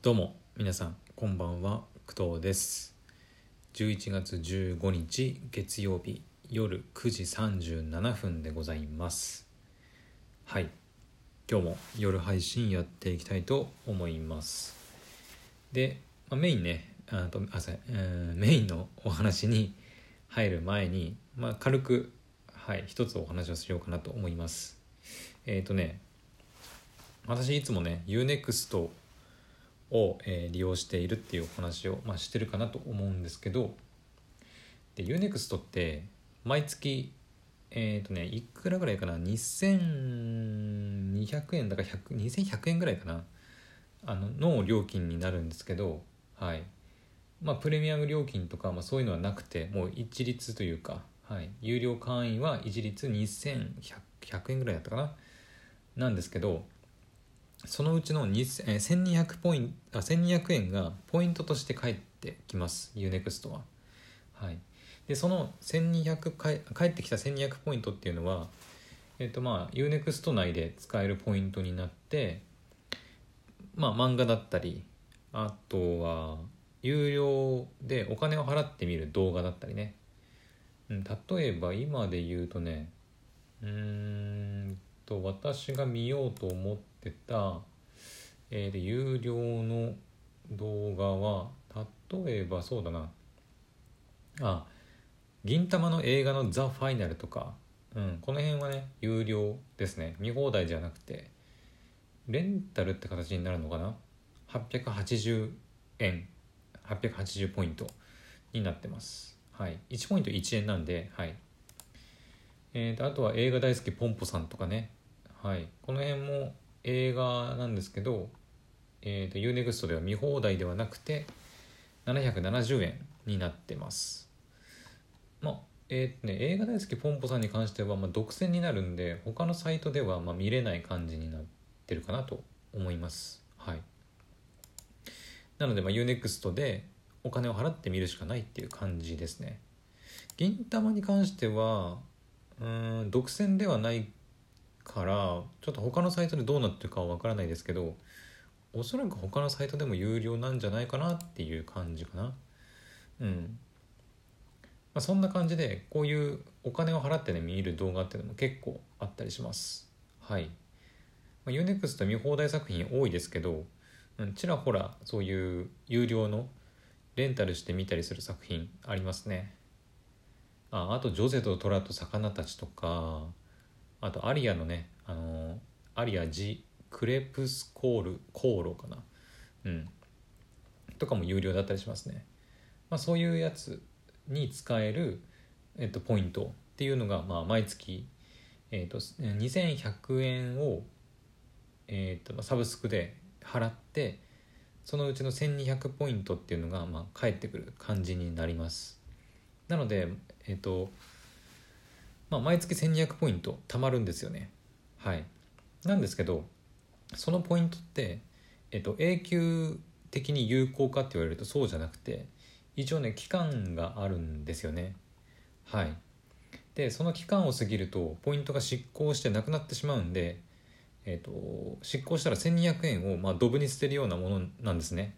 どうも皆さんこんばんは、工藤です。11月15日月曜日夜9時37分でございます。はい、今日も夜配信やっていきたいと思います。で、メインねメインのお話に入る前に、軽く一つお話をしようかなと思います。私いつもね Unextを、利用しているっていうお話を、してるかなと思うんですけど、で Unext って毎月いくらぐらいかな、2200円だから2100円ぐらいかな、の料金になるんですけど、プレミアム料金とか、そういうのはなくて、もう一律というか、有料会員は一律2100円ぐらいだったかな、なんですけど、そのうちの1200円がポイントとして返ってきます、 Unext は。でその返ってきた1200ポイントっていうのは、Unext 内で使えるポイントになって、漫画だったり、あとは有料でお金を払って見る動画だったりね、例えば今で言うとね、私が見ようと思ってた、有料の動画は例えばそうだな、銀魂の映画のザ・ファイナルとか、この辺はね有料ですね。見放題じゃなくてレンタルって形になるのかな。880円880ポイントになってます。1ポイント1円なんで、あとは映画大好きポンポさんとかね、この辺も映画なんですけど、Unext では見放題ではなくて770円になってます。映画大好きポンポさんに関しては、独占になるんで他のサイトでは見れない感じになってるかなと思います。なのでUnext でお金を払って見るしかないっていう感じですね。銀魂に関しては独占ではないからちょっと他のサイトでどうなってるかはわからないですけど、おそらく他のサイトでも有料なんじゃないかなっていう感じかな。そんな感じでこういうお金を払ってね見る動画っていうのも結構あったりします。Unext 見放題作品多いですけど、ちらほらそういう有料のレンタルして見たりする作品ありますね。あとジョゼとトラと魚たちとか、あとアリアのね、アリアジクレプスコーロかな、とかも有料だったりしますね。そういうやつに使える、ポイントっていうのが、毎月、2100円を、サブスクで払って、そのうちの1200ポイントっていうのが、返ってくる感じになります。なので、毎月1200ポイント貯まるんですよね。なんですけど、そのポイントって、永久的に有効かって言われるとそうじゃなくて、一応ね期間があるんですよね。でその期間を過ぎるとポイントが失効してなくなってしまうんで、失効したら1200円をドブに捨てるようなものなんですね。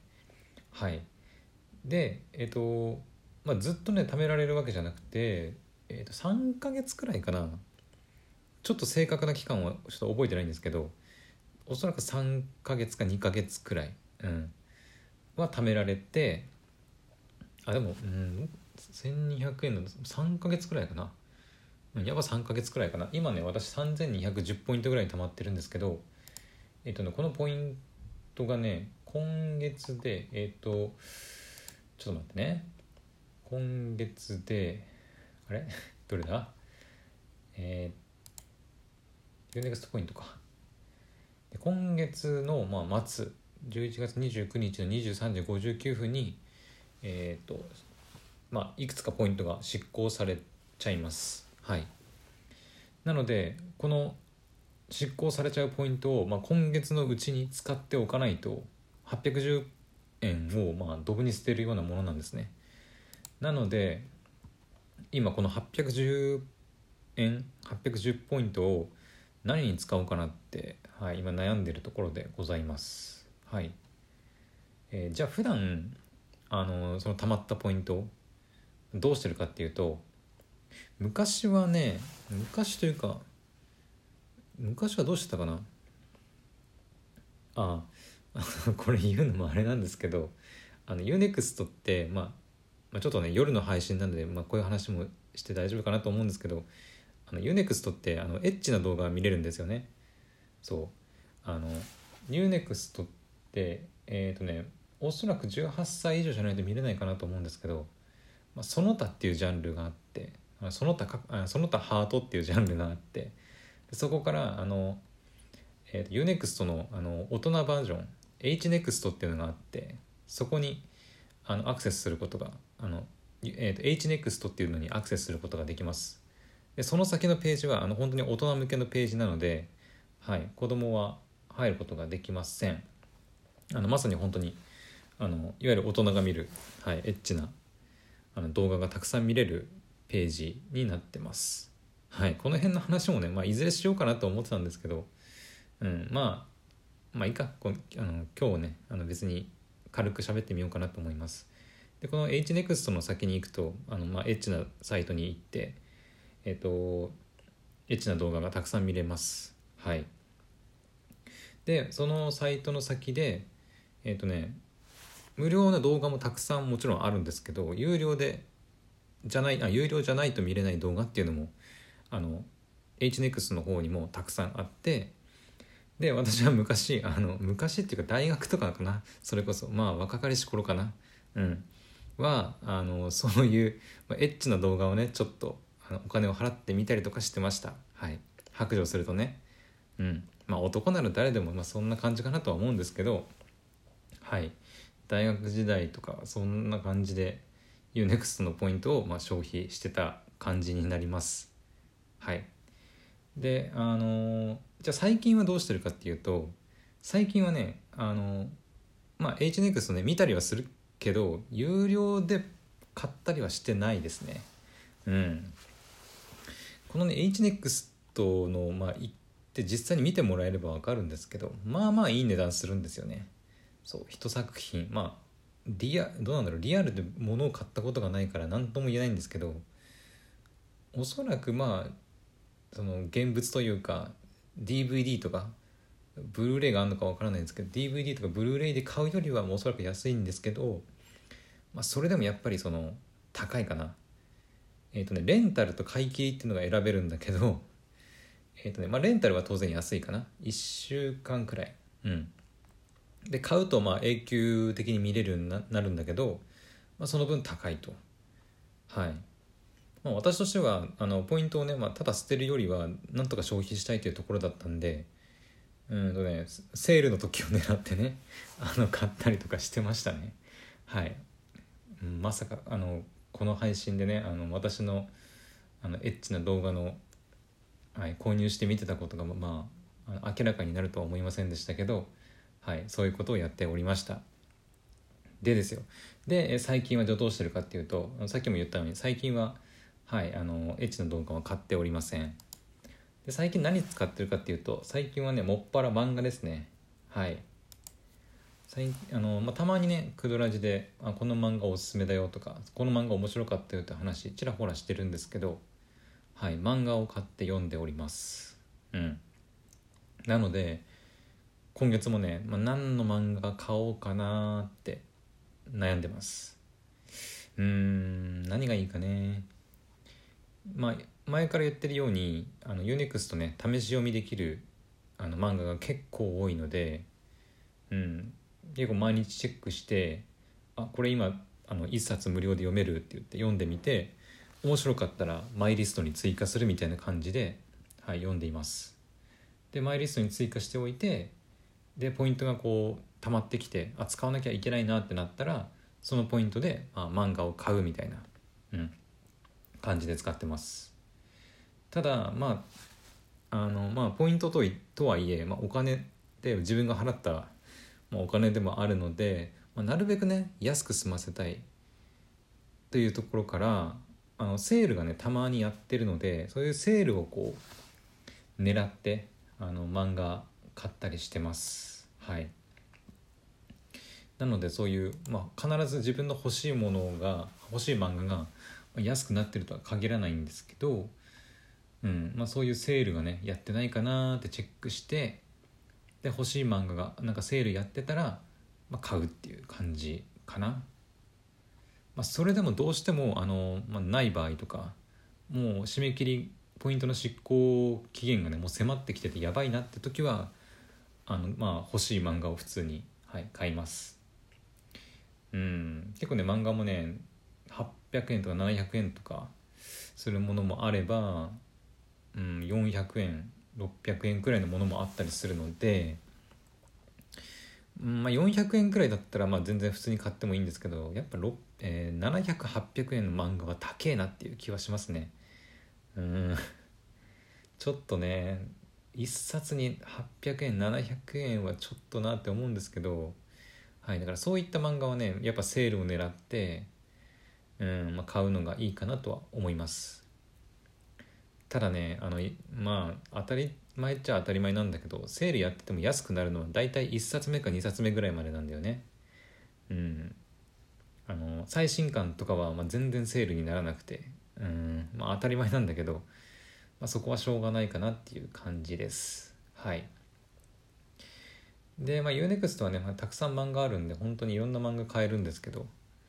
でずっとね貯められるわけじゃなくて、3ヶ月くらいかな、ちょっと正確な期間はちょっと覚えてないんですけど、おそらく3ヶ月か2ヶ月くらい、は貯められて、でも1200円の3ヶ月くらいかな、3ヶ月くらいかな。今ね私3210ポイントぐらい溜まってるんですけど、このポイントがね今月でちょっと待ってね、今月でどれだ、Unext ポイントか。で今月の末11月29日の23時59分にいくつかポイントが失効されちゃいます。なのでこの失効されちゃうポイントを、今月のうちに使っておかないと810円をドブに捨てるようなものなんですね。なので今この810ポイントを何に使おうかなって、今悩んでるところでございます。 じゃあ普段その溜まったポイントどうしてるかっていうと、昔はね、昔はどうしてたかな。あこれ言うのもあれなんですけど、UNEXT って、ちょっとね夜の配信なので、こういう話もして大丈夫かなと思うんですけど、UNEXT ってエッチな動画が見れるんですよね。そうUNEXT っておそらく18歳以上じゃないと見れないかなと思うんですけど、その他っていうジャンルがあって、その他ハートっていうジャンルがあって、そこからUNEXT の大人バージョン HNEXT っていうのがあって、そこにアクセスすることがHNEXT っていうのにアクセスすることができます。でその先のページは本当に大人向けのページなので、子供は入ることができません。まさに本当にいわゆる大人が見る、エッチな動画がたくさん見れるページになってます。この辺の話もね、いずれしようかなと思ってたんですけど、いいか、今日ね別に軽く喋ってみようかなと思います。でこの HNEXT の先に行くとエッチなサイトに行ってエッチな動画がたくさん見れます。でそのサイトの先で無料な動画もたくさんもちろんあるんですけど、有料じゃないと見れない動画っていうのもHNEXT の方にもたくさんあって、で私は昔っていうか大学とかかな、それこそ若かりし頃かな、そういうエッチな動画をねちょっとお金を払ってみたりとかしてました。白状するとね、男なら誰でもそんな感じかなとは思うんですけど、大学時代とかそんな感じで UNEXT のポイントを消費してた感じになります。でじゃあ最近はどうしてるかっていうと、最近はねHNEXT ね見たりはするけど有料で買ったりはしてないですね。このね HNEXT の行って実際に見てもらえれば分かるんですけど、いい値段するんですよね。そう一作品どうなんだろう、リアルで物を買ったことがないから何とも言えないんですけど、おそらくその現物というか DVD とかブルーレイがあるのかわからないんですけど、 DVD とかブルーレイで買うよりはおそらく安いんですけど、それでもやっぱり高いかな。レンタルと買い切りっていうのが選べるんだけど、レンタルは当然安いかな、1週間くらい、で買うと永久的に見れるようになるんだけど、その分高いと。私としてはポイントをね、ただ捨てるよりはなんとか消費したいというところだったんで、セールの時を狙ってね買ったりとかしてましたね。まさかこの配信でね私のエッチな動画の、購入して見てたことが明らかになるとは思いませんでしたけど、そういうことをやっておりました。でですよ、で最近はどうしてるかっていうと、さっきも言ったように最近はエッチな動画は買っておりません。で最近何使ってるかっていうと、最近はねもっぱら漫画ですね。たまにねクドラジでこの漫画おすすめだよとか、この漫画面白かったよって話ちらほらしてるんですけど、漫画を買って読んでおります。なので今月もね、何の漫画買おうかなって悩んでます。何がいいかね。前から言ってるようにUNEXT ね試し読みできる漫画が結構多いので、結構毎日チェックして、これ今1冊無料で読めるって言って読んでみて、面白かったらマイリストに追加するみたいな感じで、読んでいます。でマイリストに追加しておいて、でポイントがこう溜まってきて使わなきゃいけないなってなったら、そのポイントで、漫画を買うみたいな、感じで使ってます。ただポイントとはいえ、お金で自分が払った、お金でもあるので、なるべくね安く済ませたいというところから、セールがねたまにやってるので、そういうセールをこう狙って漫画買ったりしてます。 なのでそういう、必ず自分の欲しい漫画が安くなってるとは限らないんですけど、そういうセールがねやってないかなってチェックして、で欲しい漫画がなんかセールやってたら、買うっていう感じかな。それでもどうしてもない場合とか、もう締め切りポイントの執行期限がねもう迫ってきててやばいなって時は欲しい漫画を普通に、買います。結構ね漫画もね800円とか700円とかするものもあれば、400円600円くらいのものもあったりするので、400円くらいだったら全然普通に買ってもいいんですけど、やっぱ700、800円の漫画は高えなっていう気はしますね。ちょっとね一冊に800円700円はちょっとなって思うんですけど、だからそういった漫画はねやっぱセールを狙って買うのがいいかなとは思います。ただね当たり前っちゃ当たり前なんだけど、セールやってても安くなるのはだいたい1冊目か2冊目ぐらいまでなんだよね。最新刊とかは全然セールにならなくて、当たり前なんだけど、そこはしょうがないかなっていう感じです。でUNEXT はね、たくさん漫画あるんで本当にいろんな漫画買えるんですけど、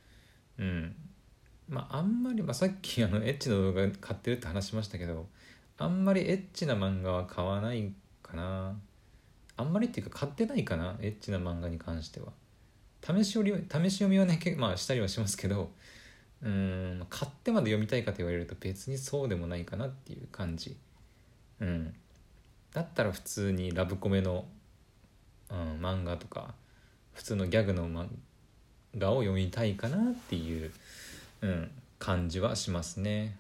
あんまり、さっきエッチな動画買ってるって話しましたけど、あんまりエッチな漫画は買わないかな。あんまりっていうか買ってないかな、エッチな漫画に関しては。試し読みはねしたりはしますけど、買ってまで読みたいかと言われると別にそうでもないかなっていう感じ。だったら普通にラブコメの、漫画とか普通のギャグの漫画を読みたいかなっていう、感じはしますね。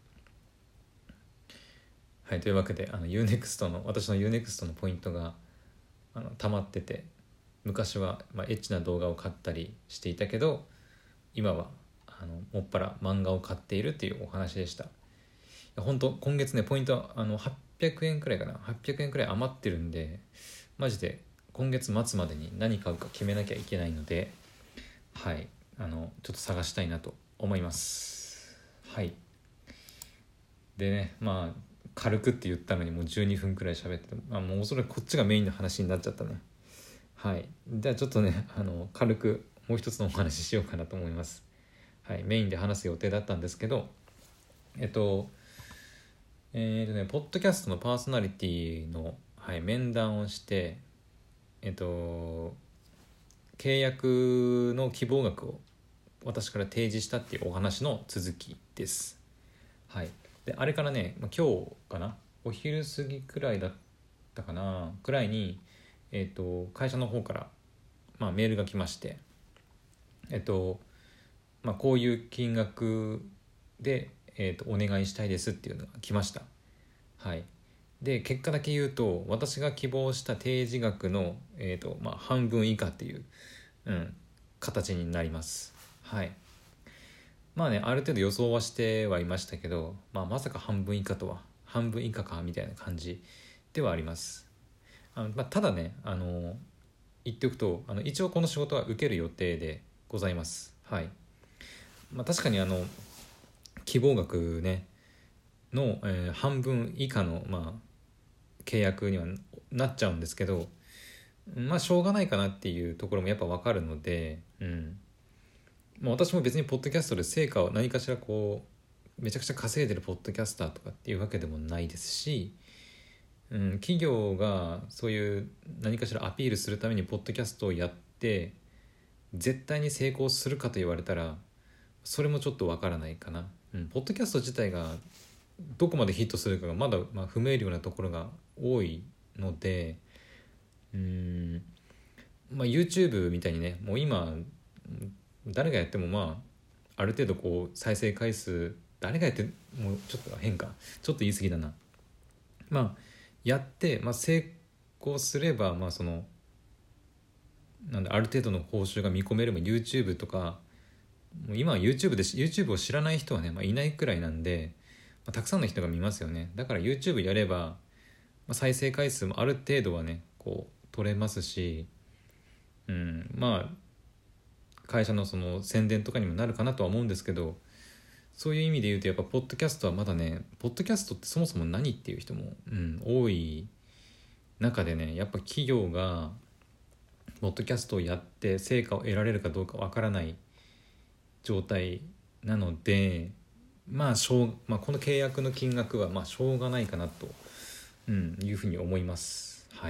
というわけでUNEXT の私の UNEXT のポイントが溜まってて、昔は、エッチな動画を買ったりしていたけど、今はもっぱら漫画を買っているっていうお話でした。本当今月ねポイント800円くらいかな、800円くらい余ってるんで、マジで今月末までに何買うか決めなきゃいけないので、ちょっと探したいなと思います。でね軽くって言ったのにもう12分くらい喋ってて、もうおそらくこっちがメインの話になっちゃったね。じゃあちょっとね軽くもう一つのお話ししようかなと思います。メインで話す予定だったんですけど、ポッドキャストのパーソナリティの、面談をして、契約の希望額を私から提示したっていうお話の続きです。であれからね、今日かな、お昼過ぎくらいだったかなくらいに、会社の方から、メールが来まして、こういう金額で、お願いしたいですっていうのが来ました。で結果だけ言うと、私が希望した提示額の、半分以下っていう、形になります。ある程度予想はしてはいましたけど、まさか半分以下とは、半分以下かみたいな感じではあります。ただね言っておくと一応この仕事は受ける予定でございます。確かに希望額ねの、半分以下の、契約にはなっちゃうんですけど、しょうがないかなっていうところもやっぱ分かるので、私も別にポッドキャストで成果を何かしらめちゃくちゃ稼いでるポッドキャスターとかっていうわけでもないですし、企業がそういう何かしらアピールするためにポッドキャストをやって絶対に成功するかと言われたらそれもちょっとわからないかな。ポッドキャスト自体がどこまでヒットするかがまだ不明瞭なところが多いので、YouTube みたいにね、もう今誰がやってもある程度再生回数、誰がやってもうちょっと変か、ちょっと言い過ぎだな。やって、成功すればある程度の報酬が見込めれば YouTube とか、もう今は YouTube を知らない人はね、いないくらいなんで、たくさんの人が見ますよね。だから YouTube やれば、再生回数もある程度はね取れますし、 会社のその宣伝とかにもなるかなとは思うんですけど、そういう意味で言うとやっぱポッドキャストはまだね、ポッドキャストってそもそも何っていう人も、多い中でね、やっぱ企業がポッドキャストをやって成果を得られるかどうかわからない状態なので、この契約の金額はしょうがないかなと、いうふうに思います。はい。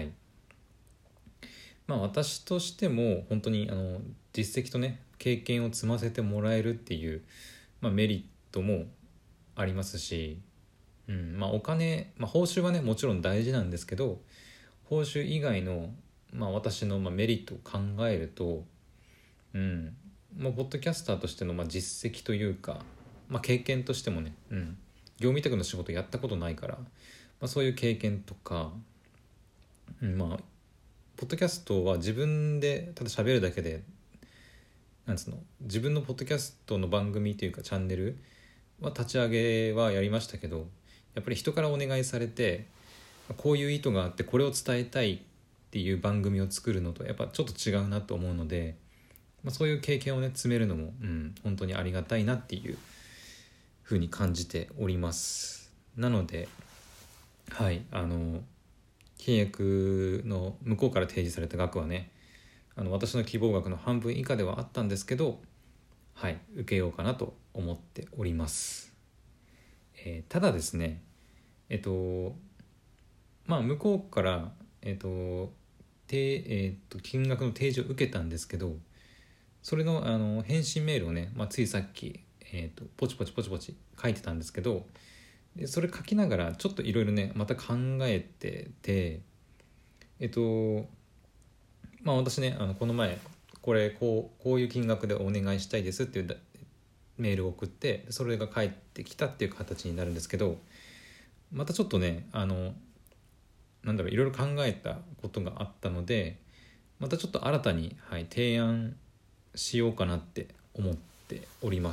私としても本当に実績とね経験を積ませてもらえるっていう、メリットもありますし、お金、報酬はねもちろん大事なんですけど、報酬以外の、私のメリットを考えると、ポッドキャスターとしての実績というか、経験としてもね、業務委託の仕事やったことないから、そういう経験とか、ポッドキャストは自分でただ喋るだけで、自分のポッドキャストの番組というかチャンネルは立ち上げはやりましたけど、やっぱり人からお願いされてこういう意図があってこれを伝えたいっていう番組を作るのとやっぱちょっと違うなと思うので、そういう経験をね積めるのも、本当にありがたいなっていうふうに感じております。なので契約の向こうから提示された額はね、私の希望額の半分以下ではあったんですけど、受けようかなと思っております。ただですね、向こうから、金額の提示を受けたんですけど、それの、返信メールをね、ついさっき、ポチポチ書いてたんですけど、でそれ書きながらちょっといろいろねまた考えてて、私ねこの前こういう金額でお願いしたいですっていうメールを送って、それが返ってきたっていう形になるんですけど、またちょっとねいろいろ考えたことがあったので、またちょっと新たに、提案しようかなって思っております。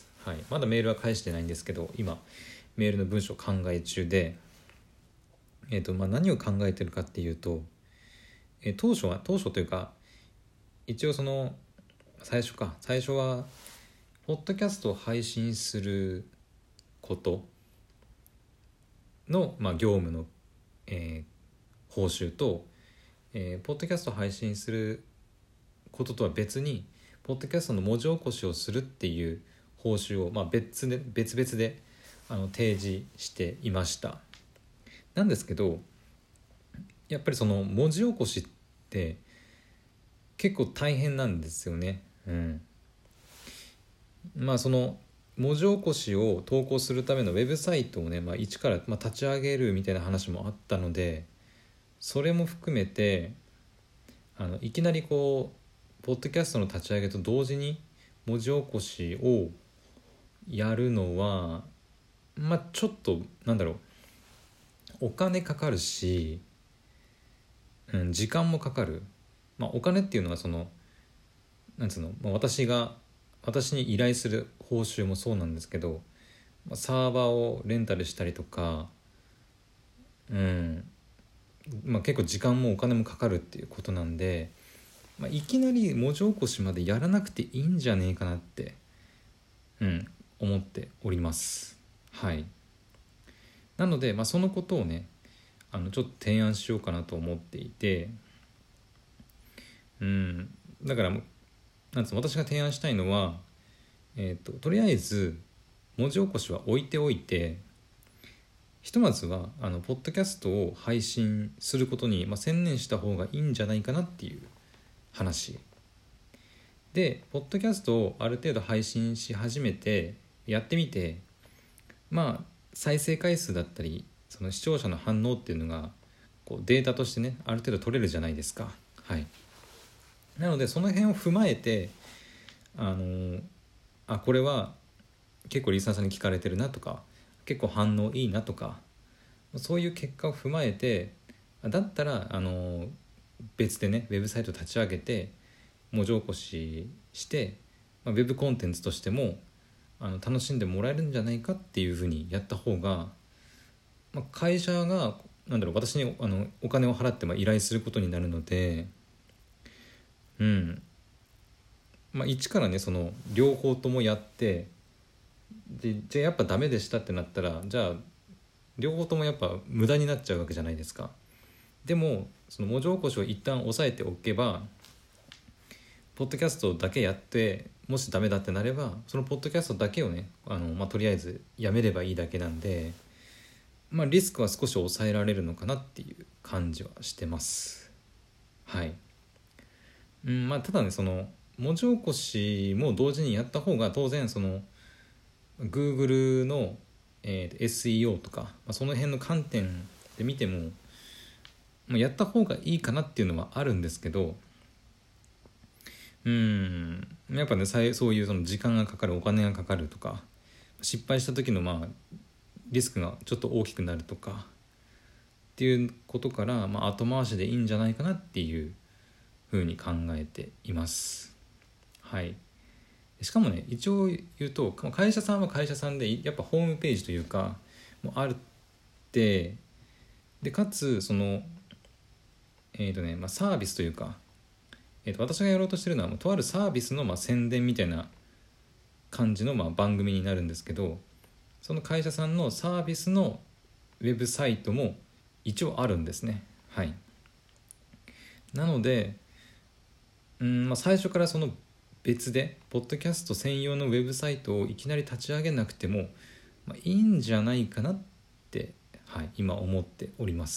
まだメールは返してないんですけど、今メールの文章を考え中で、何を考えてるかっていうと、当初というか一応その最初はポッドキャストを配信することの、業務の、報酬と、ポッドキャストを配信することとは別にポッドキャストの文字起こしをするっていう報酬を、別々で提示していました。なんですけど、やっぱりその文字起こしって結構大変なんですよね。その文字起こしを投稿するためのウェブサイトをね、一から立ち上げるみたいな話もあったので、それも含めていきなりポッドキャストの立ち上げと同時に文字起こしをやるのはちょっとお金かかるし、時間もかかる。お金っていうのはその私に依頼する報酬もそうなんですけど、サーバーをレンタルしたりとか、結構時間もお金もかかるっていうことなんで、いきなり文字起こしまでやらなくていいんじゃねえかなって、思っております。なので、そのことをねちょっと提案しようかなと思っていて、だから私が提案したいのは、とりあえず文字起こしは置いておいて、ひとまずはポッドキャストを配信することに、専念した方がいいんじゃないかなっていう話で、ポッドキャストをある程度配信し始めてやってみて、再生回数だったりその視聴者の反応っていうのがデータとしてねある程度取れるじゃないですか。なのでその辺を踏まえてこれは結構リスナーさんに聞かれてるなとか、結構反応いいなとか、そういう結果を踏まえて、だったら別でねウェブサイト立ち上げて文字起こしして、ウェブコンテンツとしても楽しんでもらえるんじゃないかっていうふうにやった方が、会社が私にお金を払って依頼することになるので、 一からねその両方ともやって、でじゃあやっぱダメでしたってなったら、じゃあ両方ともやっぱ無駄になっちゃうわけじゃないですか。でもその文字起こしを一旦押さえておけば、ポッドキャストだけやって、もしダメだってなればそのポッドキャストだけをねとりあえずやめればいいだけなんで、リスクは少し抑えられるのかなっていう感じはしてます。はい。ただねその文字起こしも同時にやった方が当然その Google の、SEO とか、その辺の観点で見ても、やった方がいいかなっていうのはあるんですけど、やっぱねそういうその時間がかかる、お金がかかるとか、失敗した時のリスクがちょっと大きくなるとかっていうことから、後回しでいいんじゃないかなっていうふうに考えています。はい。しかもね一応言うと、会社さんは会社さんでやっぱホームページというかもあるって、でかつそのサービスというか、私がやろうとしてるのはとあるサービスの宣伝みたいな感じの番組になるんですけど、その会社さんのサービスのウェブサイトも一応あるんですね。はい。なので最初からその別でポッドキャスト専用のウェブサイトをいきなり立ち上げなくても、いいんじゃないかなって、今思っております。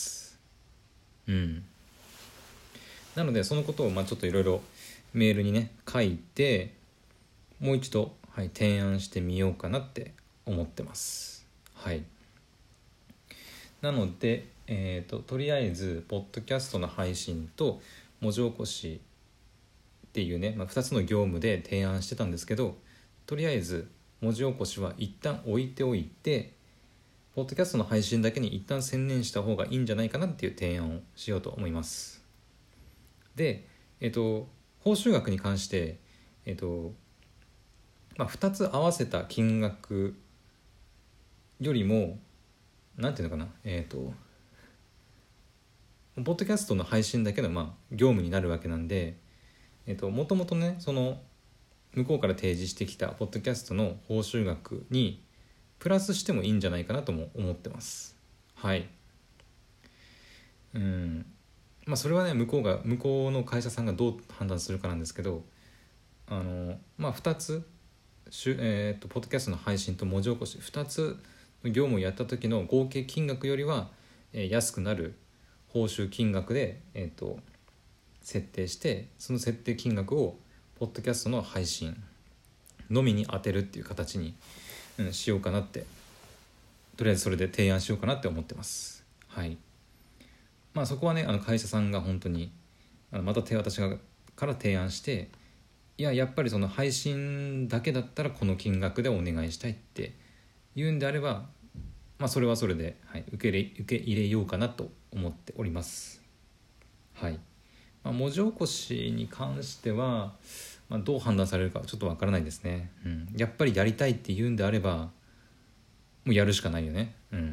なのでそのことをちょっといろいろメールにね書いて、もう一度、提案してみようかなって思ってます。はい。なので、とりあえずポッドキャストの配信と文字起こしっていうね、2つの業務で提案してたんですけど、とりあえず文字起こしは一旦置いておいて、ポッドキャストの配信だけに一旦専念した方がいいんじゃないかなっていう提案をしようと思います。で、報酬額に関して、2つ合わせた金額よりもなんていうのかな、ポッドキャストの配信だけの業務になるわけなんで、もともとねその向こうから提示してきたポッドキャストの報酬額にプラスしてもいいんじゃないかなとも思ってます。はい。それはね向こうの会社さんがどう判断するかなんですけど、2つポッドキャストの配信と文字起こし2つの業務をやった時の合計金額よりは、安くなる報酬金額で、設定して、その設定金額をポッドキャストの配信のみに当てるっていう形に、しようかなって、とりあえずそれで提案しようかなって思ってます。はい。そこはね会社さんが本当にまた私から提案して、やっぱりその配信だけだったらこの金額でお願いしたいって言うんであれば、それはそれで、受け入れようかなと思っております。はい。文字起こしに関しては、どう判断されるかちょっとわからないですね。やっぱりやりたいって言うんであればもうやるしかないよね。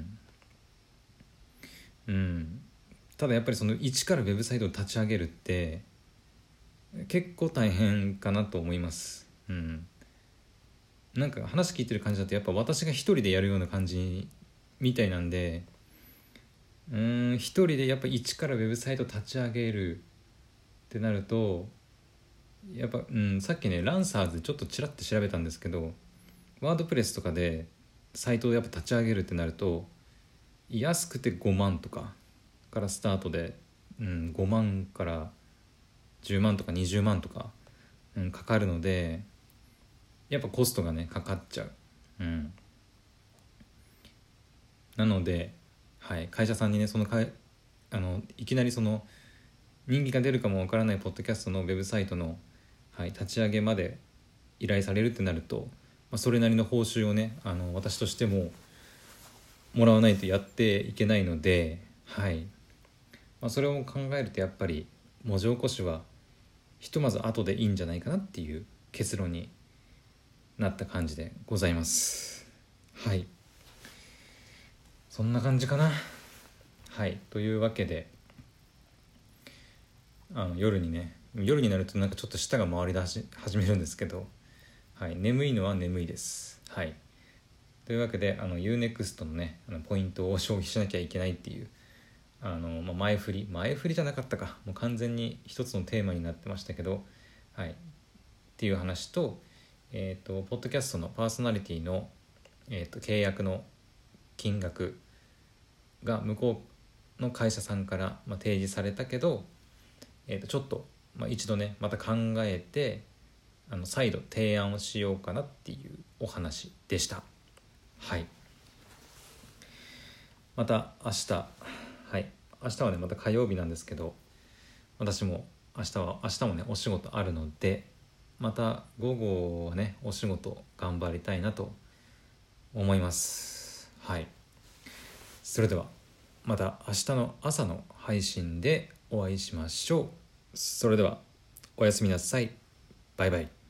ただやっぱりその一からウェブサイトを立ち上げるって結構大変かなと思います。なんか話聞いてる感じだとやっぱ私が一人でやるような感じみたいなんで、一人でやっぱ一からウェブサイト立ち上げるってなるとやっぱ、さっきねランサーズちょっとちらって調べたんですけど、ワードプレスとかでサイトをやっぱ立ち上げるってなると安くて5万とかからスタートで、5万から10万とか20万とか、かかるのでやっぱコストがねかかっちゃう。なので、会社さんにねいきなりその人気が出るかもわからないポッドキャストのウェブサイトの、立ち上げまで依頼されるってなると、それなりの報酬をね私としてももらわないとやっていけないので、それを考えるとやっぱり文字起こしはひとまず後でいいんじゃないかなっていう結論になった感じでございます。はい、そんな感じかな。というわけで夜にね夜になるとなんかちょっと舌が回り出し始めるんですけど、はい、眠いのは眠いです。はい、というわけでUNEXT のねポイントを消費しなきゃいけないっていう前振りじゃなかったか、もう完全に一つのテーマになってましたけど、はい、っていう話と、ポッドキャストのパーソナリティの、契約の金額が向こうの会社さんから、提示されたけど、ちょっと、一度ねまた考えて再度提案をしようかなっていうお話でした。はい、また明日、はい、明日はねまた火曜日なんですけど、私も明日もねお仕事あるので、また午後はねお仕事頑張りたいなと思います。はい、それではまた明日の朝の配信でお会いしましょう。それではおやすみなさい。バイバイ。